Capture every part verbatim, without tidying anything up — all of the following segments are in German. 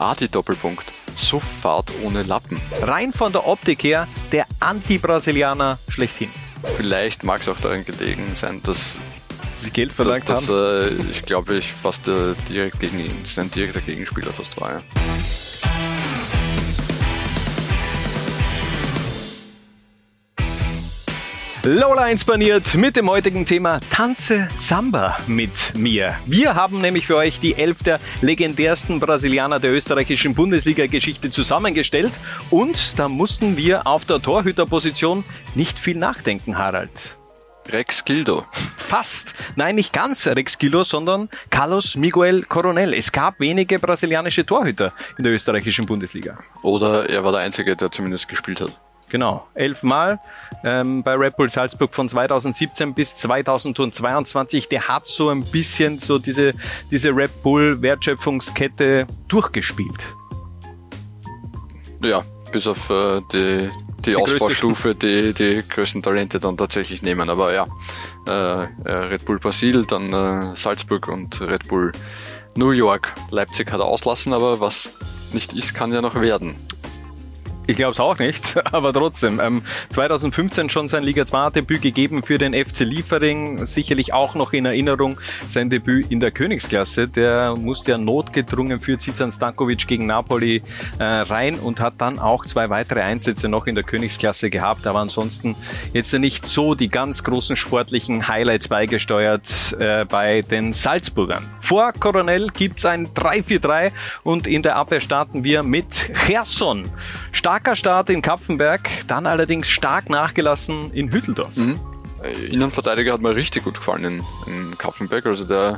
Adi-Doppelpunkt. Sofort ohne Lappen. Rein von der Optik her der Anti-Brasilianer schlechthin. Vielleicht mag es auch daran gelegen sein, dass sie Geld verlangt dass, haben. Dass, äh, ich glaube, ich fast äh, direkt gegen ihn, sein direkter Gegenspieler fast war. Ja. Lola inspaniert mit dem heutigen Thema Tanze Samba mit mir. Wir haben nämlich für euch die elf der legendärsten Brasilianer der österreichischen Bundesliga-Geschichte zusammengestellt und da mussten wir auf der Torhüterposition nicht viel nachdenken, Harald. Rex Gildo. Fast. Nein, nicht ganz Rex Gildo, sondern Carlos Miguel Coronel. Es gab wenige brasilianische Torhüter in der österreichischen Bundesliga. Oder er war der Einzige, der zumindest gespielt hat. Genau, elfmal ähm, bei Red Bull Salzburg von zweitausendsiebzehn bis zweitausendzweiundzwanzig. Der hat so ein bisschen so diese, diese Red Bull Wertschöpfungskette durchgespielt. Ja, bis auf äh, die, die, die Ausbaustufe, die die größten Talente dann tatsächlich nehmen. Aber ja, äh, Red Bull Brasil, dann äh, Salzburg und Red Bull New York. Leipzig hat er auslassen, aber was nicht ist, kann ja noch werden. Ich glaube es auch nicht, aber trotzdem. Ähm, zweitausendfünfzehn schon sein Liga zwei Debüt gegeben für den F C Liefering. Sicherlich auch noch in Erinnerung sein Debüt in der Königsklasse. Der musste ja notgedrungen für Zizan Stankovic gegen Napoli äh, rein und hat dann auch zwei weitere Einsätze noch in der Königsklasse gehabt. Aber ansonsten jetzt nicht so die ganz großen sportlichen Highlights beigesteuert äh, bei den Salzburgern. Vor Coronel gibt's ein drei vier drei und in der Abwehr starten wir mit Gerson. Starker Start in Kapfenberg, dann allerdings stark nachgelassen in Hütteldorf. Mhm. Innenverteidiger hat mir richtig gut gefallen in, in Kapfenberg. Also der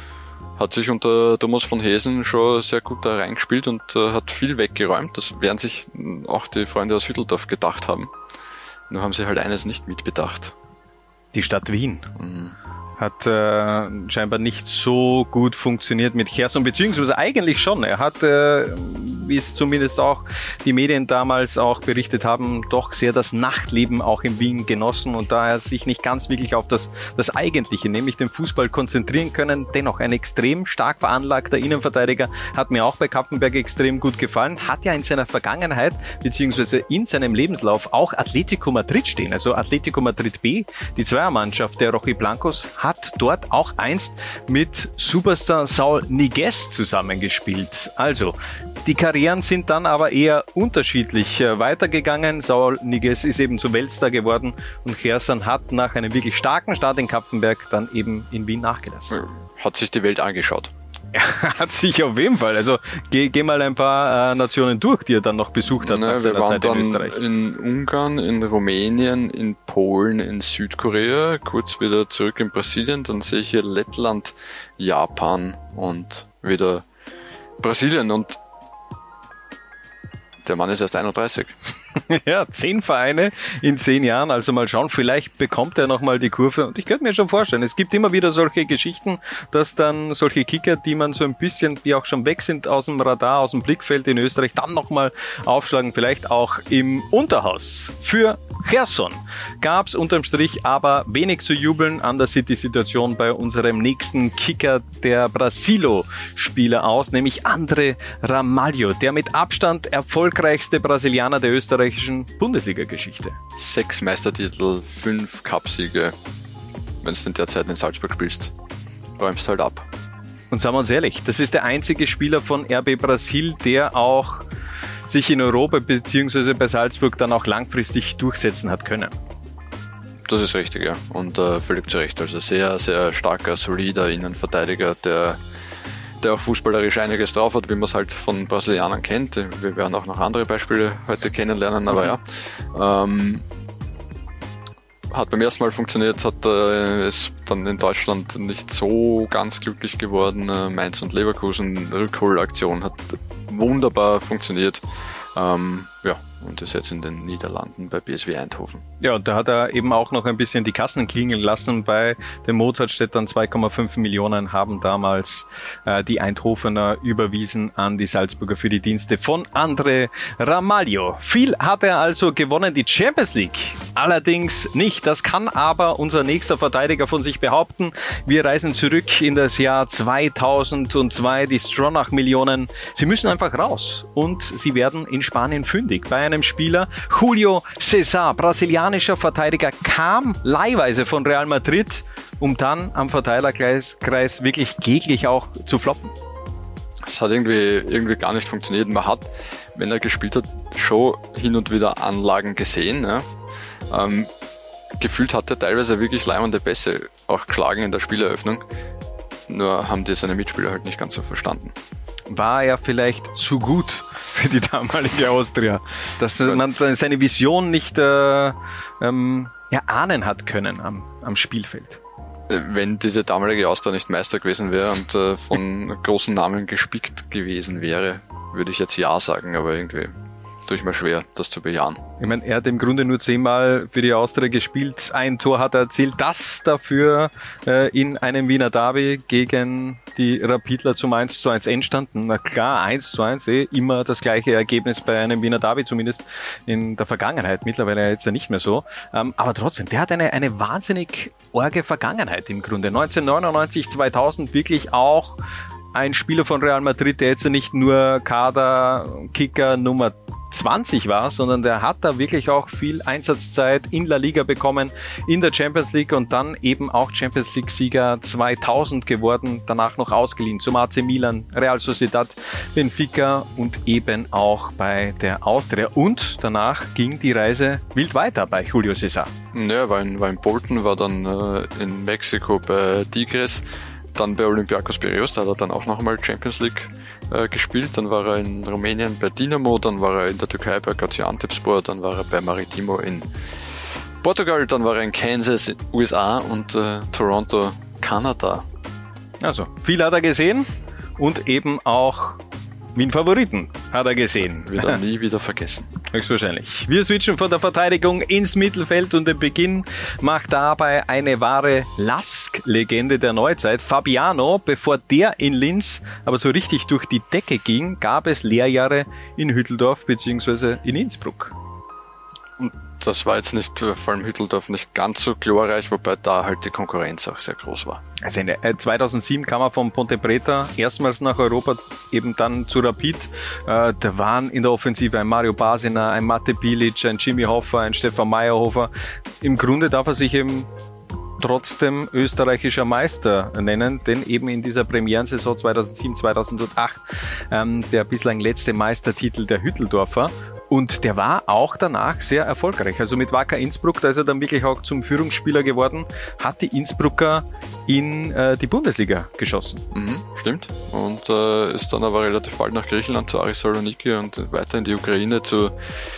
hat sich unter Thomas von Hesen schon sehr gut da reingespielt und äh, hat viel weggeräumt. Das werden sich auch die Freunde aus Hütteldorf gedacht haben. Nur haben sie halt eines nicht mitbedacht. Die Stadt Wien. Mhm. Hat äh, scheinbar nicht so gut funktioniert mit Gerson, beziehungsweise eigentlich schon. Er hat, äh, wie es zumindest auch die Medien damals auch berichtet haben, doch sehr das Nachtleben auch in Wien genossen und da er sich nicht ganz wirklich auf das, das Eigentliche, nämlich den Fußball konzentrieren können. Dennoch ein extrem stark veranlagter Innenverteidiger, hat mir auch bei Kapfenberg extrem gut gefallen, hat ja in seiner Vergangenheit, beziehungsweise in seinem Lebenslauf auch Atletico Madrid stehen, also Atletico Madrid B, die Zweiermannschaft der Rocky Blancos, hat dort auch einst mit Superstar Saul Niguez zusammengespielt. Also, die Karrieren sind dann aber eher unterschiedlich weitergegangen. Saul Niguez ist eben zum Weltstar geworden und Gerson hat nach einem wirklich starken Start in Kapfenberg dann eben in Wien nachgelassen. Hat sich die Welt angeschaut. Er hat sich auf jeden Fall, also geh, geh mal ein paar äh, Nationen durch, die er dann noch besucht hat. Na, nach seiner wir waren Zeit dann in Österreich. In Ungarn, in Rumänien, in Polen, in Südkorea, kurz wieder zurück in Brasilien, dann sehe ich hier Lettland, Japan und wieder Brasilien und der Mann ist erst einunddreißig. Ja, zehn Vereine in zehn Jahren, also mal schauen, vielleicht bekommt er nochmal die Kurve und ich könnte mir schon vorstellen, es gibt immer wieder solche Geschichten, dass dann solche Kicker, die man so ein bisschen, die auch schon weg sind aus dem Radar, aus dem Blickfeld in Österreich, dann nochmal aufschlagen, vielleicht auch im Unterhaus. Für Gerson gab es unterm Strich aber wenig zu jubeln an der City-Situation bei unserem nächsten Kicker der Brasilo-Spieler aus, nämlich André Ramalho, der mit Abstand erfolgreichste Brasilianer der österreichischen Bundesliga-Geschichte. Sechs Meistertitel, fünf Cupsiege. Wenn du in der Zeit in Salzburg spielst, räumst halt ab. Und sagen wir uns ehrlich, das ist der einzige Spieler von R B Brasil, der auch sich in Europa bzw. bei Salzburg dann auch langfristig durchsetzen hat können. Das ist richtig, ja. Und äh, völlig zu Recht. Also sehr, sehr starker, solider Innenverteidiger, der der auch fußballerisch einiges drauf hat, wie man es halt von Brasilianern kennt. Wir werden auch noch andere Beispiele heute kennenlernen, aber ja. Ähm, hat beim ersten Mal funktioniert, hat äh, ist dann in Deutschland nicht so ganz glücklich geworden. Äh, Mainz und Leverkusen, Rückholaktion hat wunderbar funktioniert. Ähm, Ja, und ist jetzt in den Niederlanden bei B S W Eindhoven. Ja, und da hat er eben auch noch ein bisschen die Kassen klingeln lassen bei den Mozartstädtern. zwei Komma fünf Millionen haben damals äh, die Eindhovener überwiesen an die Salzburger für die Dienste von André Ramalho. Viel hat er also gewonnen, die Champions League allerdings nicht. Das kann aber unser nächster Verteidiger von sich behaupten. Wir reisen zurück in das Jahr zweitausendzwei. Die Stronach-Millionen, sie müssen einfach raus und sie werden in Spanien fündig. Bei einem Spieler, Julio César, brasilianischer Verteidiger, kam leihweise von Real Madrid, um dann am Verteilerkreis wirklich kläglich auch zu floppen. Es hat irgendwie, irgendwie gar nicht funktioniert. Man hat, wenn er gespielt hat, schon hin und wieder Anlagen gesehen. Ja. Ähm, gefühlt hat er teilweise wirklich leimende Pässe auch geschlagen in der Spieleröffnung. Nur haben die seine Mitspieler halt nicht ganz so verstanden. War er vielleicht zu gut für die damalige Austria, dass man seine Vision nicht äh, ähm, erahnen hat können am, am Spielfeld? Wenn diese damalige Austria nicht Meister gewesen wäre und äh, von großen Namen gespickt gewesen wäre, würde ich jetzt ja sagen, aber irgendwie tue ich mir schwer, das zu bejahen. Ich meine, er hat im Grunde nur zehnmal für die Austria gespielt. Ein Tor hat er erzielt, das dafür äh, in einem Wiener Derby gegen die Rapidler zum eins zu eins entstanden. Na klar, eins zu eins, eh, immer das gleiche Ergebnis bei einem Wiener Derby, zumindest in der Vergangenheit. Mittlerweile jetzt ja nicht mehr so. Ähm, aber trotzdem, der hat eine, eine wahnsinnig orge Vergangenheit im Grunde. neunzehnhundertneunundneunzig, zweitausend wirklich auch ein Spieler von Real Madrid, der jetzt nicht nur Kaderkicker Nummer zwanzig war, sondern der hat da wirklich auch viel Einsatzzeit in La Liga bekommen, in der Champions League und dann eben auch Champions League-Sieger zweitausend geworden, danach noch ausgeliehen zum A C Milan, Real Sociedad, Benfica und eben auch bei der Austria. Und danach ging die Reise wild weiter bei Julio César. Ja, war in, war in Bolton, war dann äh, in Mexiko bei Tigres, dann bei Olympiakos Piraeus, da hat er dann auch nochmal Champions League äh, gespielt, dann war er in Rumänien bei Dinamo, dann war er in der Türkei bei Gaziantepspor, dann war er bei Maritimo in Portugal, dann war er in Kansas, U S A und äh, Toronto, Kanada. Also, viel hat er gesehen und eben auch Wien-Favoriten hat er gesehen. Wird er nie wieder vergessen. Höchstwahrscheinlich. Wir switchen von der Verteidigung ins Mittelfeld und den Beginn macht dabei eine wahre Lask-Legende der Neuzeit. Fabiano, bevor der in Linz aber so richtig durch die Decke ging, gab es Lehrjahre in Hütteldorf bzw. in Innsbruck. Und das war jetzt nicht, vor allem Hütteldorf, nicht ganz so glorreich, wobei da halt die Konkurrenz auch sehr groß war. Also in der, zweitausendsieben kam er von Ponte Preta erstmals nach Europa, eben dann zu Rapid. Äh, da waren in der Offensive ein Mario Basina, ein Mate Bilic, ein Jimmy Hoffa, ein Stefan Meyerhofer. Im Grunde darf er sich eben trotzdem österreichischer Meister nennen, denn eben in dieser Premierensaison zweitausendsieben zweitausendacht ähm, der bislang letzte Meistertitel der Hütteldorfer. Und der war auch danach sehr erfolgreich. Also mit Wacker Innsbruck, da ist er dann wirklich auch zum Führungsspieler geworden, hat die Innsbrucker in äh, die Bundesliga geschossen. Mhm, stimmt. Und äh, ist dann aber relativ bald nach Griechenland zu Aris Saloniki und weiter in die Ukraine zu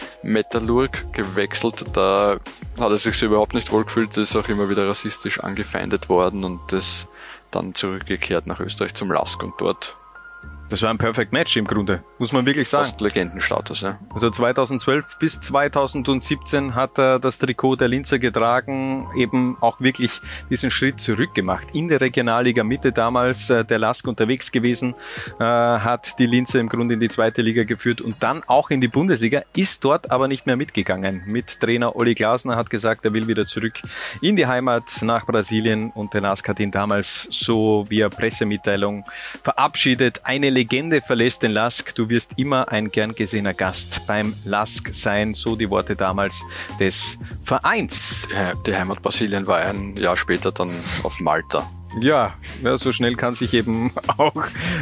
Metallurg gewechselt. Da hat er sich so überhaupt nicht wohlgefühlt, ist auch immer wieder rassistisch angefeindet worden und ist dann zurückgekehrt nach Österreich zum Lask und dort. Das war ein Perfect Match im Grunde, muss man wirklich sagen. Fast Legendenstatus, ja. Also zweitausendzwölf bis zweitausendsiebzehn hat er das Trikot der Linzer getragen, eben auch wirklich diesen Schritt zurück gemacht. In der Regionalliga Mitte damals äh, der Lask unterwegs gewesen, äh, hat die Linzer im Grunde in die zweite Liga geführt und dann auch in die Bundesliga, ist dort aber nicht mehr mitgegangen. Mit Trainer Olli Glasner hat gesagt, er will wieder zurück in die Heimat nach Brasilien und der Lask hat ihn damals so via Pressemitteilung verabschiedet. Eine Legende verlässt den Lask, du wirst immer ein gern gesehener Gast beim Lask sein, so die Worte damals des Vereins. Die Heimat Brasilien war ein Jahr später dann auf Malta. Ja, ja, so schnell kann sich eben auch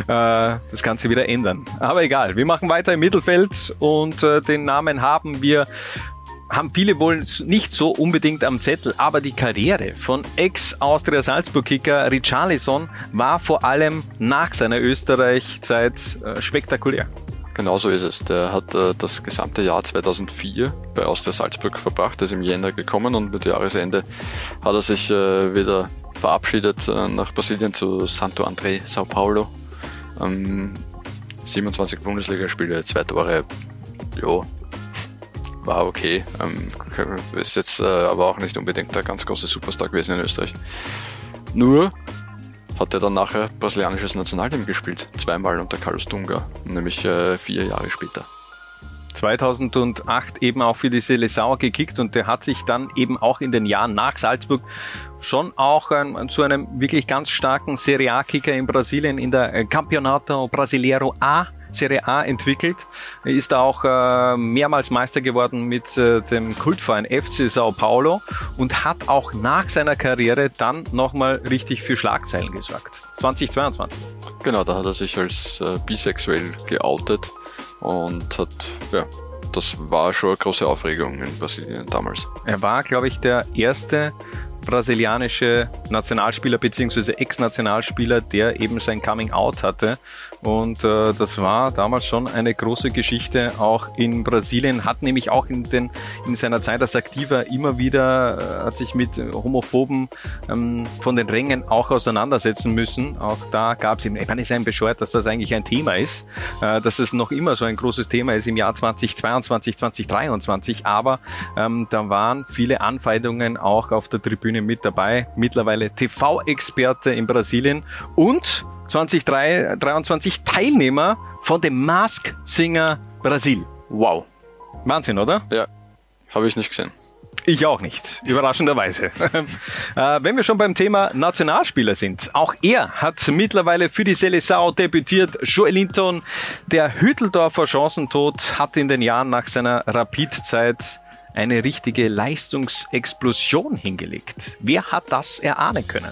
äh, das Ganze wieder ändern. Aber egal, wir machen weiter im Mittelfeld und äh, den Namen haben wir haben viele wohl nicht so unbedingt am Zettel, aber die Karriere von Ex-Austria Salzburg-Kicker Richarlison war vor allem nach seiner Österreich-Zeit äh, spektakulär. Genau so ist es. Der hat äh, das gesamte Jahr zweitausendvier bei Austria Salzburg verbracht, ist im Jänner gekommen und mit Jahresende hat er sich äh, wieder verabschiedet äh, nach Brasilien zu Santo André, Sao Paulo. Ähm, siebenundzwanzig Bundesligaspiele, zwei Tore, jo. war okay. Ähm, ist jetzt äh, aber auch nicht unbedingt der ganz große Superstar gewesen in Österreich. Nur hat er dann nachher brasilianisches Nationalteam gespielt. Zweimal unter Carlos Dunga, nämlich äh, vier Jahre später. zweitausendacht eben auch für die Seleção gekickt und der hat sich dann eben auch in den Jahren nach Salzburg schon auch ähm, zu einem wirklich ganz starken Serie A-Kicker in Brasilien in der Campeonato Brasileiro A, Serie A entwickelt. Er ist auch äh, mehrmals Meister geworden mit äh, dem Kultverein F C Sao Paulo und hat auch nach seiner Karriere dann nochmal richtig für Schlagzeilen gesorgt. zweitausendzweiundzwanzig. Genau, da hat er sich als äh, bisexuell geoutet. Und hat, ja, das war schon eine große Aufregung in Brasilien damals. Er war, glaube ich, der erste brasilianische Nationalspieler bzw. Ex-Nationalspieler, der eben sein Coming-out hatte. Und äh, das war damals schon eine große Geschichte auch in Brasilien. Hat nämlich auch in, den, in seiner Zeit als Aktiver immer wieder, äh, hat sich mit Homophoben ähm, von den Rängen auch auseinandersetzen müssen. Auch da gab es ihm, ich meine, es ist ein bescheuert, dass das eigentlich ein Thema ist, äh, dass es noch immer so ein großes Thema ist im Jahr zweitausendzweiundzwanzig, zweitausenddreiundzwanzig. Aber ähm, da waren viele Anfeindungen auch auf der Tribüne mit dabei. Mittlerweile T V-Experte in Brasilien und zweitausenddreiundzwanzig Teilnehmer von dem Masked Singer Brasil. Wow. Wahnsinn, oder? Ja, habe ich nicht gesehen. Ich auch nicht, überraschenderweise. äh, wenn wir schon beim Thema Nationalspieler sind, auch er hat mittlerweile für die Seleção debütiert. Joelinton, der Hütteldorfer Chancentod, hat in den Jahren nach seiner Rapid-Zeit eine richtige Leistungsexplosion hingelegt. Wer hat das erahnen können?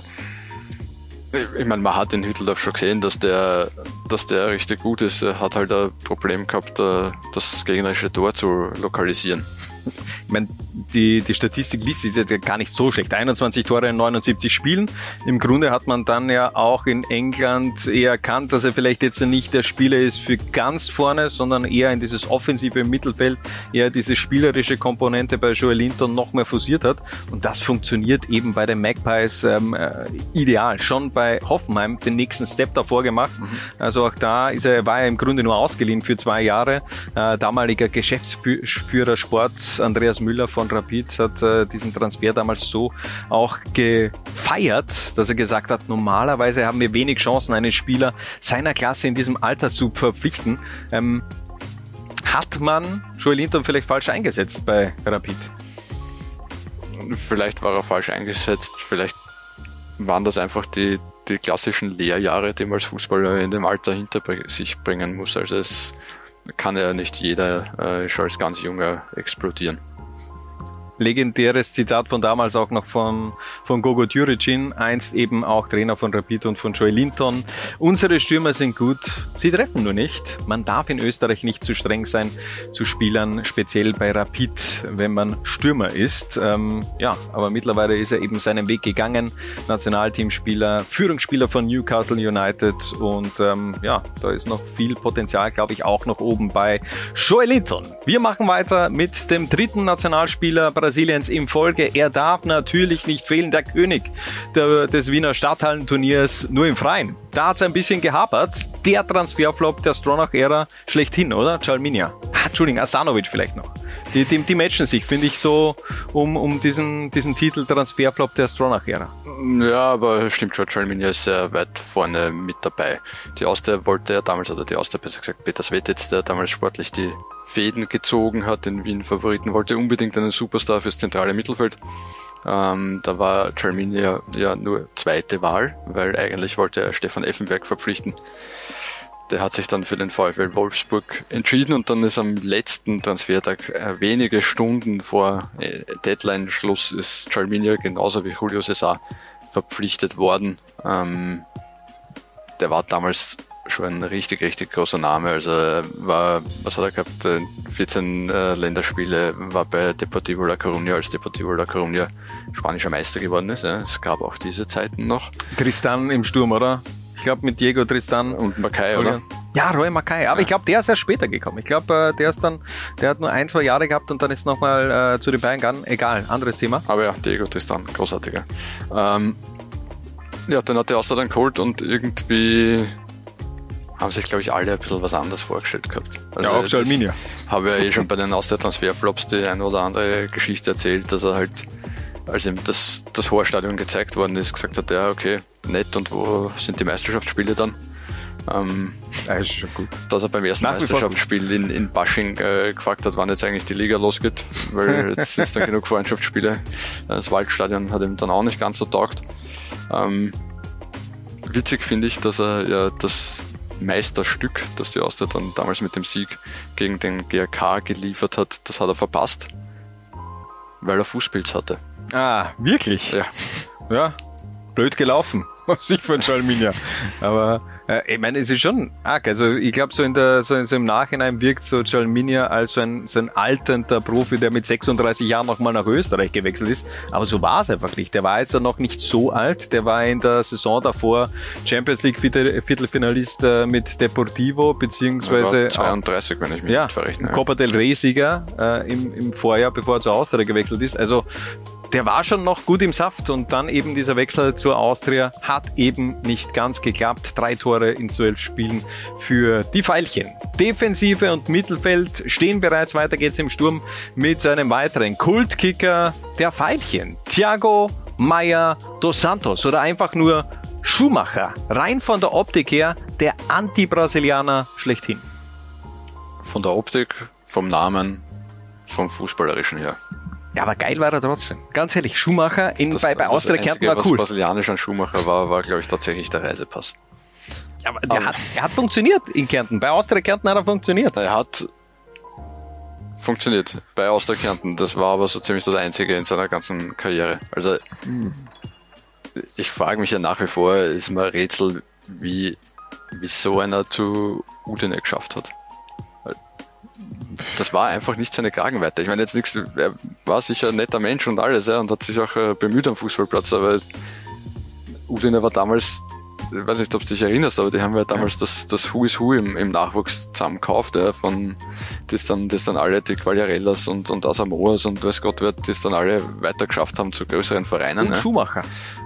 Ich meine, man hat in Hütteldorf schon gesehen, dass der, dass der richtig gut ist. Er hat halt ein Problem gehabt, das gegnerische Tor zu lokalisieren. Ich meine, die, die Statistik liest sich jetzt gar nicht so schlecht. einundzwanzig Tore in neunundsiebzig Spielen. Im Grunde hat man dann ja auch in England eher erkannt, dass er vielleicht jetzt nicht der Spieler ist für ganz vorne, sondern eher in dieses offensive Mittelfeld, eher diese spielerische Komponente bei Joelinton noch mehr forciert hat. Und das funktioniert eben bei den Magpies ähm, äh, ideal. Schon bei Hoffenheim den nächsten Step davor gemacht. Mhm. Also auch da ist er, war er im Grunde nur ausgeliehen für zwei Jahre. Äh, damaliger Geschäftsführer Sport Andreas Müller von Rapid hat äh, diesen Transfer damals so auch gefeiert, dass er gesagt hat, normalerweise haben wir wenig Chancen, einen Spieler seiner Klasse in diesem Alter zu verpflichten. Ähm, hat man Joelinton vielleicht falsch eingesetzt bei Rapid? Vielleicht war er falsch eingesetzt, vielleicht waren das einfach die, die klassischen Lehrjahre, die man als Fußballer in dem Alter hinter sich bringen muss. Also es kann ja nicht jeder äh, schon als ganz junger explodieren. Legendäres Zitat von damals auch noch von, von Gogo Djuricin, einst eben auch Trainer von Rapid und von Joelinton. Unsere Stürmer sind gut, sie treffen nur nicht. Man darf in Österreich nicht zu streng sein zu Spielern, speziell bei Rapid, wenn man Stürmer ist. Ähm, ja, aber mittlerweile ist er eben seinen Weg gegangen. Nationalteamspieler, Führungsspieler von Newcastle United und ähm, ja, da ist noch viel Potenzial, glaube ich, auch noch oben bei Joelinton. Wir machen weiter mit dem dritten Nationalspieler Brasiliens in Folge. Er darf natürlich nicht fehlen, der König der, des Wiener Stadthallenturniers, nur im Freien. Da hat es ein bisschen gehapert. Der Transferflop der Stronach-Ära schlechthin, oder? Chalminia. Ah, Entschuldigung, Asanovic vielleicht noch. Die, die, die matchen sich, finde ich, so um, um diesen, diesen Titel Transferflop der Stronach-Ära. Ja, aber stimmt schon, Chalminia ist sehr weit vorne mit dabei. Die Austria wollte ja damals, oder die Austria besser gesagt, Peter Svetitz, der damals sportlich die Fäden gezogen hat, den Wien-Favoriten, wollte unbedingt einen Superstar fürs zentrale Mittelfeld. Ähm, da war Chalminia ja nur zweite Wahl, weil eigentlich wollte er Stefan Effenberg verpflichten. Der hat sich dann für den VfL Wolfsburg entschieden und dann ist am letzten Transfertag, äh, wenige Stunden vor äh, Deadline-Schluss, ist Chalminia genauso wie Julio César verpflichtet worden. Ähm, der war damals schon ein richtig, richtig großer Name. Also war, was hat er gehabt? vierzehn äh, Länderspiele, war bei Deportivo La Coruña, als Deportivo La Coruña spanischer Meister geworden ist. Ja. Es gab auch diese Zeiten noch. Tristan im Sturm, oder? Ich glaube mit Diego Tristan. Und Mackay, oder? Ja, Roy Mackay. Aber ja. Ich glaube, der ist erst später gekommen. Ich glaube, der ist dann, der hat nur ein, zwei Jahre gehabt und dann ist nochmal äh, zu den Bayern gegangen. Egal, anderes Thema. Aber ja, Diego Tristan, großartiger. Ähm, ja, dann hat der Austria dann geholt und irgendwie haben sich, glaube ich, alle ein bisschen was anderes vorgestellt gehabt. Also ja, auch Schalminia. Habe ja eh schon bei den Austria-Transferflops die eine oder andere Geschichte erzählt, dass er halt, als ihm das, das Horstadion gezeigt worden ist, gesagt hat, ja, okay, nett, und wo sind die Meisterschaftsspiele dann? Ähm, ja, ist schon gut. Dass er beim ersten Meisterschaftsspiel in, in Bashing äh, gefragt hat, wann jetzt eigentlich die Liga losgeht, weil jetzt ist dann genug Freundschaftsspiele. Das Waldstadion hat ihm dann auch nicht ganz so taugt. Ähm, witzig finde ich, dass er ja das Meisterstück, das die Austria dann damals mit dem Sieg gegen den G A K geliefert hat, das hat er verpasst, weil er Fußpilz hatte. Ah, wirklich? Ja. Ja, blöd gelaufen. Aus Sicht von Schalminia. Aber äh, ich meine, es ist schon arg. Also ich glaube, so in der so, so im Nachhinein wirkt so Schalminia als so ein, so ein alternder Profi, der mit sechsunddreißig Jahren nochmal nach Österreich gewechselt ist. Aber so war es einfach nicht. Der war jetzt noch nicht so alt. Der war in der Saison davor Champions League Viertelfinalist äh, mit Deportivo, beziehungsweise zweiunddreißig, wenn ich mich ja, nicht verrechne. Copa del Rey Sieger äh, im, im Vorjahr, bevor er zur Austria gewechselt ist. Also der war schon noch gut im Saft, und dann eben dieser Wechsel zur Austria hat eben nicht ganz geklappt. Drei Tore in zwölf Spielen für die Veilchen. Defensive und Mittelfeld stehen bereits. Weiter geht's im Sturm mit seinem weiteren Kultkicker der Veilchen. Thiago Maia dos Santos, oder einfach nur Schumacher. Rein von der Optik her der Anti-Brasilianer schlechthin. Von der Optik, vom Namen, vom Fußballerischen her. Ja, aber geil war er trotzdem. Ganz ehrlich, Schumacher in, das, bei, bei Austria Kärnten war cool. Was brasilianisch an Schumacher war, war, glaube ich, tatsächlich der Reisepass. Ja, aber der um, hat, er hat funktioniert in Kärnten. Bei Austria Kärnten hat er funktioniert. Er hat funktioniert bei Austria Kärnten. Das war aber so ziemlich das Einzige in seiner ganzen Karriere. Also, hm. ich frage mich ja nach wie vor, ist mir ein Rätsel, wie, wie so einer zu Udine geschafft hat. Das war einfach nicht seine Kragenweite. Ich meine jetzt nichts, er war sicher ein netter Mensch und alles, ja, und hat sich auch äh, bemüht am Fußballplatz, aber Udine war damals, ich weiß nicht, ob du dich erinnerst, aber die haben ja damals das, das Who is Who im, im Nachwuchs zusammen gekauft, ja, von, das dann, das dann alle, die Quagliarellas und, und Asamoahs und weiß Gott wer, das dann alle weiter geschafft haben zu größeren Vereinen. Und ja. Schumacher.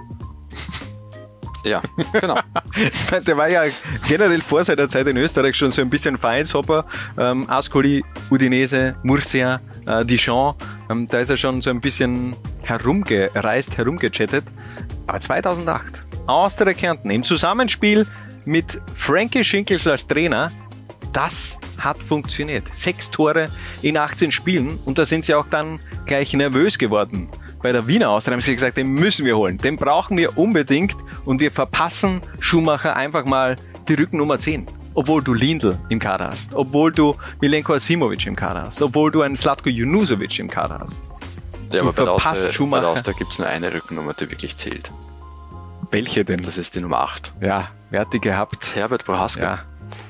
Ja, genau. Der war ja generell vor seiner Zeit in Österreich schon so ein bisschen Vereinshopper. Ähm, Ascoli, Udinese, Murcia, äh, Dijon. Ähm, da ist er schon so ein bisschen herumgereist, herumgechattet. Aber zweitausendacht, Austria Kärnten im Zusammenspiel mit Frankie Schinkels als Trainer, das hat funktioniert. Sechs Tore in achtzehn Spielen, und da sind sie auch dann gleich nervös geworden. Bei der Wiener Austria haben sie gesagt, den müssen wir holen, den brauchen wir unbedingt, und wir verpassen Schumacher einfach mal die Rückennummer zehn. Obwohl du Lindl im Kader hast, obwohl du Milenko Asimovic im Kader hast, obwohl du einen Zlatko Junusovic im Kader hast. Ja, aber bei der Austria, bei der Austria gibt es nur eine Rückennummer, die wirklich zählt. Welche denn? Das ist die Nummer acht. Ja, wer hat die gehabt? Herbert Prohaska. Ja.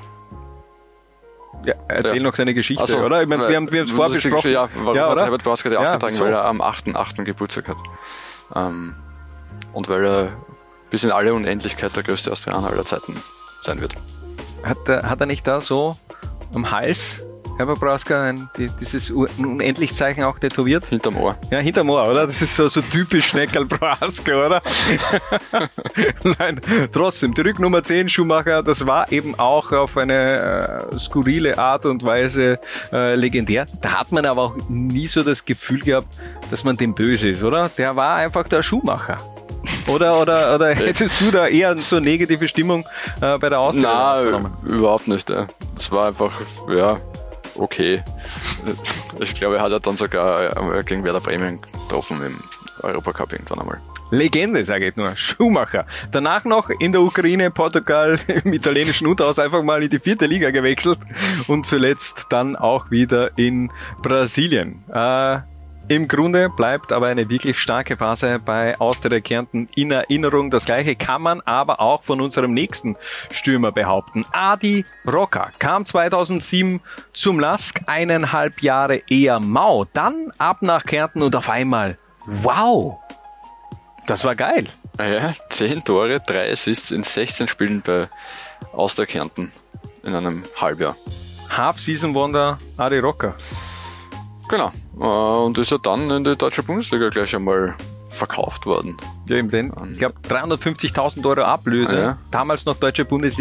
Ja, erzähl ja. noch seine Geschichte, so, oder? Ich meine, wir haben wir haben es vorbesprochen. Ja, warum ja, hat Herbert Prohaska die ja, abgetragen? so. Weil er am achten achten Geburtstag hat. Ähm, und weil er bis in alle Unendlichkeit der größte Austrianer aller Zeiten sein wird. Hat er, hat er nicht da so am Hals, Herbert Prohaska, ein, die, dieses Unendlichzeichen auch tätowiert? Hinterm Ohr. Ja, hinterm Ohr, oder? Das ist so, so typisch Schneckerl Prohaska, oder? Nein, trotzdem, die Rücknummer zehn Schumacher, das war eben auch auf eine äh, skurrile Art und Weise äh, legendär. Da hat man aber auch nie so das Gefühl gehabt, dass man dem böse ist, oder? Der war einfach der Schumacher. Oder, oder, oder hättest du da eher so eine negative Stimmung äh, bei der Austria? Nein, überhaupt nicht. Ja. Es war einfach, ja, okay. Ich glaube, er hat ja dann sogar gegen Werder Bremen getroffen im Europacup irgendwann einmal. Legende, sage ich nur. Schumacher. Danach noch in der Ukraine, Portugal, im italienischen Unterhaus einfach mal in die vierte Liga gewechselt und zuletzt dann auch wieder in Brasilien. Äh, Im Grunde bleibt aber eine wirklich starke Phase bei Austria Kärnten in Erinnerung. Das Gleiche kann man aber auch von unserem nächsten Stürmer behaupten. Adi Rocca kam zweitausendsieben zum Lask, eineinhalb Jahre eher mau. Dann ab nach Kärnten und auf einmal, wow, das war geil. Ja, zehn Tore, drei Assists in sechzehn Spielen bei Austria Kärnten in einem Halbjahr. Half-Season-Wonder Adi Rocca. Genau. Und ist ja dann in die deutsche Bundesliga gleich einmal verkauft worden. Ja, eben denn. Ich glaube, dreihundertfünfzigtausend Euro Ablöse. Ja. Damals noch deutsche Bundesliga.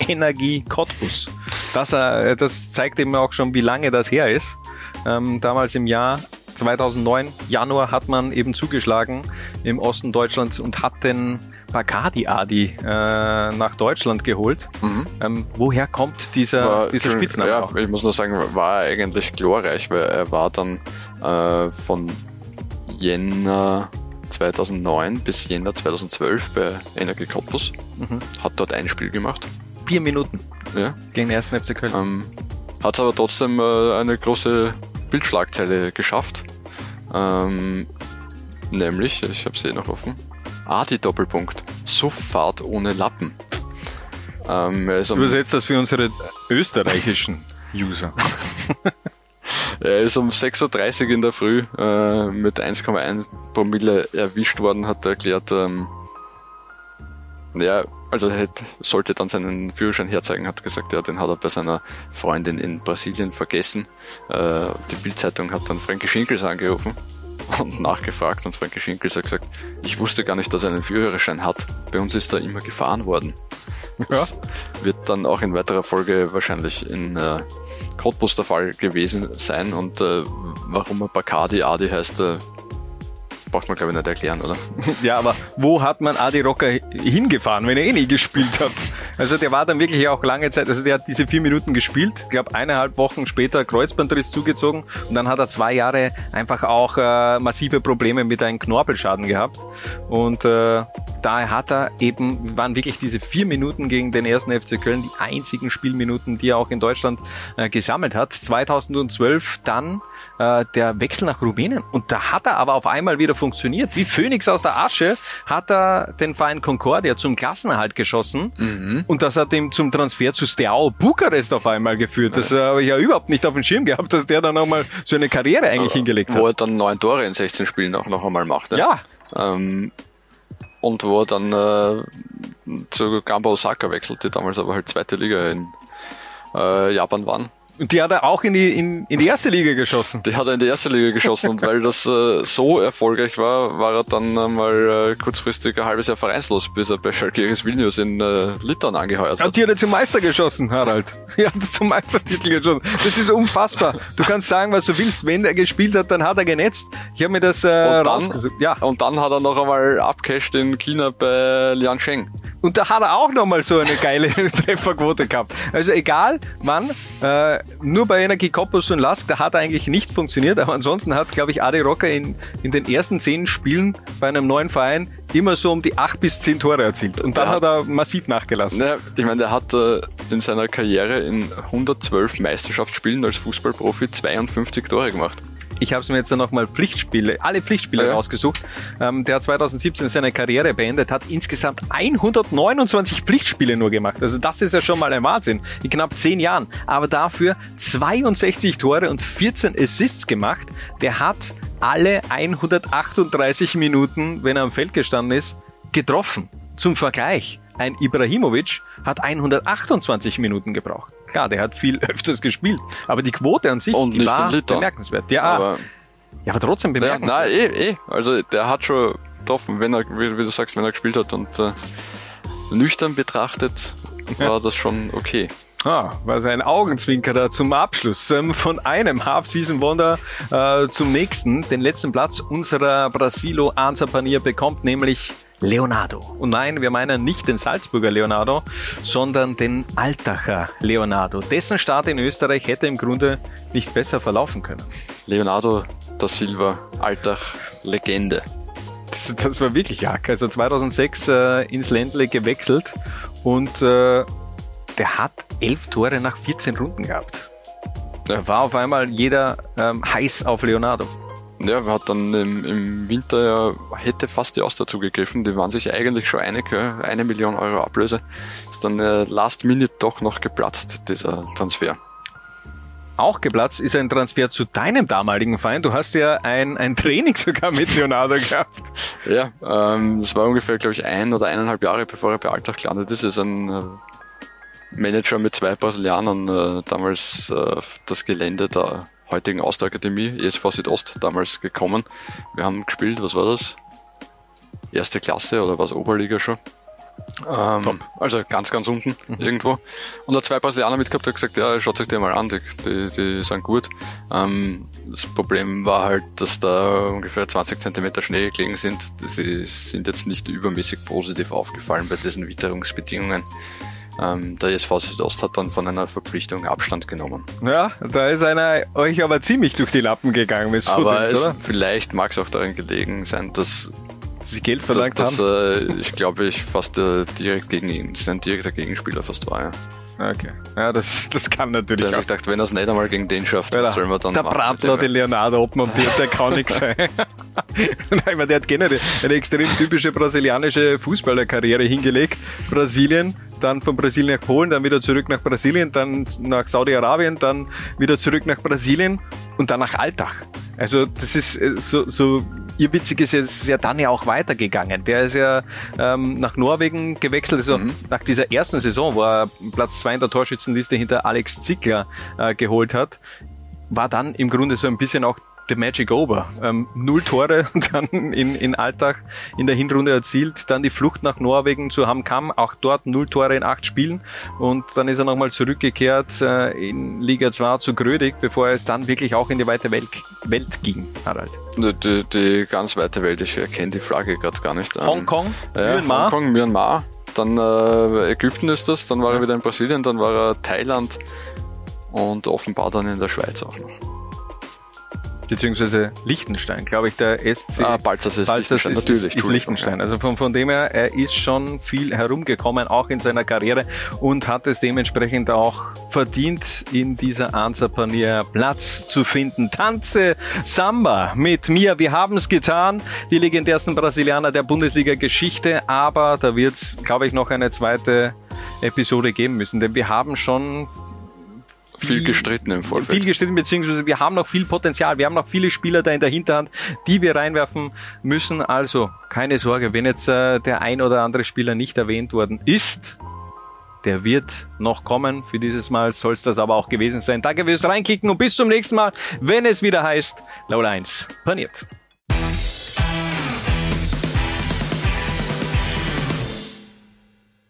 Energie Cottbus. Das, äh, das zeigt eben auch schon, wie lange das her ist. Ähm, damals im Jahr zweitausendneun, Januar, hat man eben zugeschlagen im Osten Deutschlands und hat den Bacardi Adi äh, nach Deutschland geholt. Mhm. Ähm, woher kommt dieser, war, dieser Spitzname ja, auch? Ich muss nur sagen, war er eigentlich glorreich, weil er war dann äh, von Jänner zweitausendneun bis Jänner zweitausendzwölf bei Energie Cottbus. Mhm. Hat dort ein Spiel gemacht. Vier Minuten ja. gegen den ersten F C Köln. Ähm, hat es aber trotzdem äh, eine große Bildschlagzeile geschafft. Ähm, nämlich, ich habe sie eh noch offen, Adi Doppelpunkt, Sufffahrt ohne Lappen. Ähm, er ist um, Übersetzt das für unsere österreichischen User. Er ist um sechs Uhr dreißig in der Früh äh, mit eins Komma eins Promille erwischt worden, hat er erklärt, ähm, ja, also er hätte, sollte dann seinen Führerschein herzeigen, hat gesagt, ja, den hat er bei seiner Freundin in Brasilien vergessen. Äh, die Bild-Zeitung hat dann Frankie Schinkels angerufen und nachgefragt und Frankie Schinkels hat gesagt, ich wusste gar nicht, dass er einen Führerschein hat. Bei uns ist er immer gefahren worden. Das ja. wird dann auch in weiterer Folge wahrscheinlich in äh, Cottbus der Fall gewesen sein und äh, warum er Bacardi Adi heißt, äh, braucht man, glaube ich, nicht erklären, oder? Ja, aber wo hat man Adi Rocker hingefahren, wenn er eh nie gespielt hat? Also der war dann wirklich auch lange Zeit, also der hat diese vier Minuten gespielt, ich glaube eineinhalb Wochen später Kreuzbandriss zugezogen und dann hat er zwei Jahre einfach auch äh, massive Probleme mit einem Knorpelschaden gehabt und äh, da hat er eben, waren wirklich diese vier Minuten gegen den ersten F C Köln die einzigen Spielminuten, die er auch in Deutschland äh, gesammelt hat. zweitausendzwölf dann äh, der Wechsel nach Rumänien und da hat er aber auf einmal wieder funktioniert. Wie Phönix aus der Asche hat er den Verein Concordia zum Klassenerhalt geschossen mhm. und das hat ihm zum Transfer zu Steaua Bukarest auf einmal geführt. Das äh, habe ich ja überhaupt nicht auf dem Schirm gehabt, dass der dann nochmal so eine Karriere eigentlich äh, hingelegt hat. Wo er dann neun Tore in sechzehn Spielen auch noch einmal macht. Ne? Ja. Ähm, und wo er dann äh, zu Gamba Osaka wechselt, die damals aber halt zweite Liga in äh, Japan waren. Und die hat er auch in die, in, in die erste Liga geschossen. Die hat er in die erste Liga geschossen und weil das äh, so erfolgreich war, war er dann äh, mal äh, kurzfristig ein halbes Jahr vereinslos, bis er bei Schalke Vilnius in äh, Litauen angeheuert hat. Und die hat er zum Meister geschossen, Harald. Die hat er zum Meistertitel geschossen. Das ist unfassbar. Du kannst sagen, was du willst. Wenn er gespielt hat, dann hat er genetzt. Ich habe mir das äh, rausgesucht. Ja. Und dann hat er noch einmal abcashed in China bei Liansheng. Und da hat er auch nochmal so eine geile Trefferquote gehabt. Also egal, wann, äh, nur bei Energie Cottbus und Lask, da hat er eigentlich nicht funktioniert, aber ansonsten hat, glaube ich, Adi Rocker in, in den ersten zehn Spielen bei einem neuen Verein immer so um die acht bis zehn Tore erzielt. Und dann der hat er massiv nachgelassen. Ja, ich meine, der hat äh, in seiner Karriere in hundertzwölf Meisterschaftsspielen als Fußballprofi zweiundfünfzig Tore gemacht. Ich habe es mir jetzt dann nochmal Pflichtspiele, alle Pflichtspiele ja. rausgesucht. Ähm, der hat zweitausendsiebzehn seine Karriere beendet, hat insgesamt hundertneunundzwanzig Pflichtspiele nur gemacht. Also das ist ja schon mal ein Wahnsinn. In knapp zehn Jahren. Aber dafür zweiundsechzig Tore und vierzehn Assists gemacht. Der hat alle hundertachtunddreißig Minuten, wenn er am Feld gestanden ist, getroffen. Zum Vergleich. Ein Ibrahimovic hat hundertachtundzwanzig Minuten gebraucht. Klar, der hat viel öfters gespielt, aber die Quote an sich, und die war bemerkenswert. Ja, aber, ja, aber trotzdem bemerkenswert. Ja, nein, eh, eh. Also der hat schon getroffen, wenn er, wie, wie du sagst, wenn er gespielt hat und äh, nüchtern betrachtet war ja. das schon okay. Ah, was ein Augenzwinker zum Abschluss. Ähm, von einem Half-Season-Wonder äh, zum nächsten. Den letzten Platz unserer Brasilo Anza-Panier bekommt nämlich Leonardo. Und nein, wir meinen nicht den Salzburger Leonardo, sondern den Altacher Leonardo. Dessen Start in Österreich hätte im Grunde nicht besser verlaufen können. Leonardo da Silva, Altach, Legende. Das, das war wirklich arg. Also zweitausendsechs äh, ins Ländle gewechselt und äh, der hat elf Tore nach vierzehn Runden gehabt. Ja. Da war auf einmal jeder ähm, heiß auf Leonardo. Ja, er hat dann im, im Winter ja, hätte fast die Austria zugegriffen. Die waren sich eigentlich schon einig, ja, eine Million Euro Ablöse. Ist dann äh, last minute doch noch geplatzt, dieser Transfer. Auch geplatzt ist ein Transfer zu deinem damaligen Verein. Du hast ja ein, ein Training sogar mit Leonardo gehabt. Ja, ähm, das war ungefähr, glaube ich, ein oder eineinhalb Jahre, bevor er bei Altach gelandet ist. Er ist ein äh, Manager mit zwei Brasilianern, äh, damals äh, das Gelände der heutigen Austria-Akademie, E S V Südost, damals gekommen. Wir haben gespielt, was war das? Erste Klasse oder war es Oberliga schon? Ähm, also ganz, ganz unten mhm. irgendwo. Und hat zwei Brasilianer mitgehabt, der hat gesagt, ja, schaut euch die mal an, die, die, die sind gut. Ähm, das Problem war halt, dass da ungefähr zwanzig Zentimeter Schnee gelegen sind. Die sind jetzt nicht übermäßig positiv aufgefallen bei diesen Witterungsbedingungen. Ähm, der S V Südost hat dann von einer Verpflichtung Abstand genommen. Ja, da ist einer euch aber ziemlich durch die Lappen gegangen. Mit aber Footage, es, oder? Vielleicht mag es auch daran gelegen sein, dass sie Geld verlangt dass, haben? Dass, äh, ich glaube, ich fast äh, direkt gegen ihn, sein direkter Gegenspieler fast war, ja. Okay, ja, das, das kann natürlich da auch. Ich dachte, wenn er es nicht einmal gegen den schafft, was soll man dann der machen? Der Brandler, die Leonardo abmontiert, der kann nichts sein. Nein, der hat generell eine extrem typische brasilianische Fußballerkarriere hingelegt. Brasilien, dann von Brasilien nach Polen, dann wieder zurück nach Brasilien, dann nach Saudi-Arabien, dann wieder zurück nach Brasilien und dann nach Altach. Also das ist so, so irrwitzig ist es ja dann ja auch weitergegangen. Der ist ja ähm, nach Norwegen gewechselt, also mhm. nach dieser ersten Saison, wo er Platz zwei in der Torschützenliste hinter Alex Zickler äh, geholt hat, war dann im Grunde so ein bisschen auch the magic over. Ähm, null Tore dann in, in Altach in der Hinrunde erzielt, dann die Flucht nach Norwegen zu Hamkam, auch dort null Tore in acht Spielen und dann ist er nochmal zurückgekehrt äh, in Liga zwei zu Grödig, bevor es dann wirklich auch in die weite Welt, Welt ging, Harald. Die, die ganz weite Welt, ich erkenne die Flagge gerade gar nicht. Hongkong, ähm, Myanmar. Hongkong, Myanmar, dann äh, Ägypten ist das, dann war ja. er wieder in Brasilien, dann war er Thailand und offenbar dann in der Schweiz auch noch. Beziehungsweise Liechtenstein, glaube ich, der S C. Ah, Balzers ist Balzers Liechtenstein, ist, natürlich. Ist, ist Liechtenstein. Also von, von dem her, er ist schon viel herumgekommen, auch in seiner Karriere und hat es dementsprechend auch verdient, in dieser Ansapanier Platz zu finden. Tanze Samba mit mir. Wir haben es getan, die legendärsten Brasilianer der Bundesliga-Geschichte, aber da wird es, glaube ich, noch eine zweite Episode geben müssen, denn wir haben schon viel gestritten im Vorfeld. Viel gestritten, beziehungsweise wir haben noch viel Potenzial. Wir haben noch viele Spieler da in der Hinterhand, die wir reinwerfen müssen. Also, keine Sorge, wenn jetzt äh, der ein oder andere Spieler nicht erwähnt worden ist, der wird noch kommen. Für dieses Mal soll es das aber auch gewesen sein. Danke fürs Reinklicken und bis zum nächsten Mal, wenn es wieder heißt, Laut eins paniert.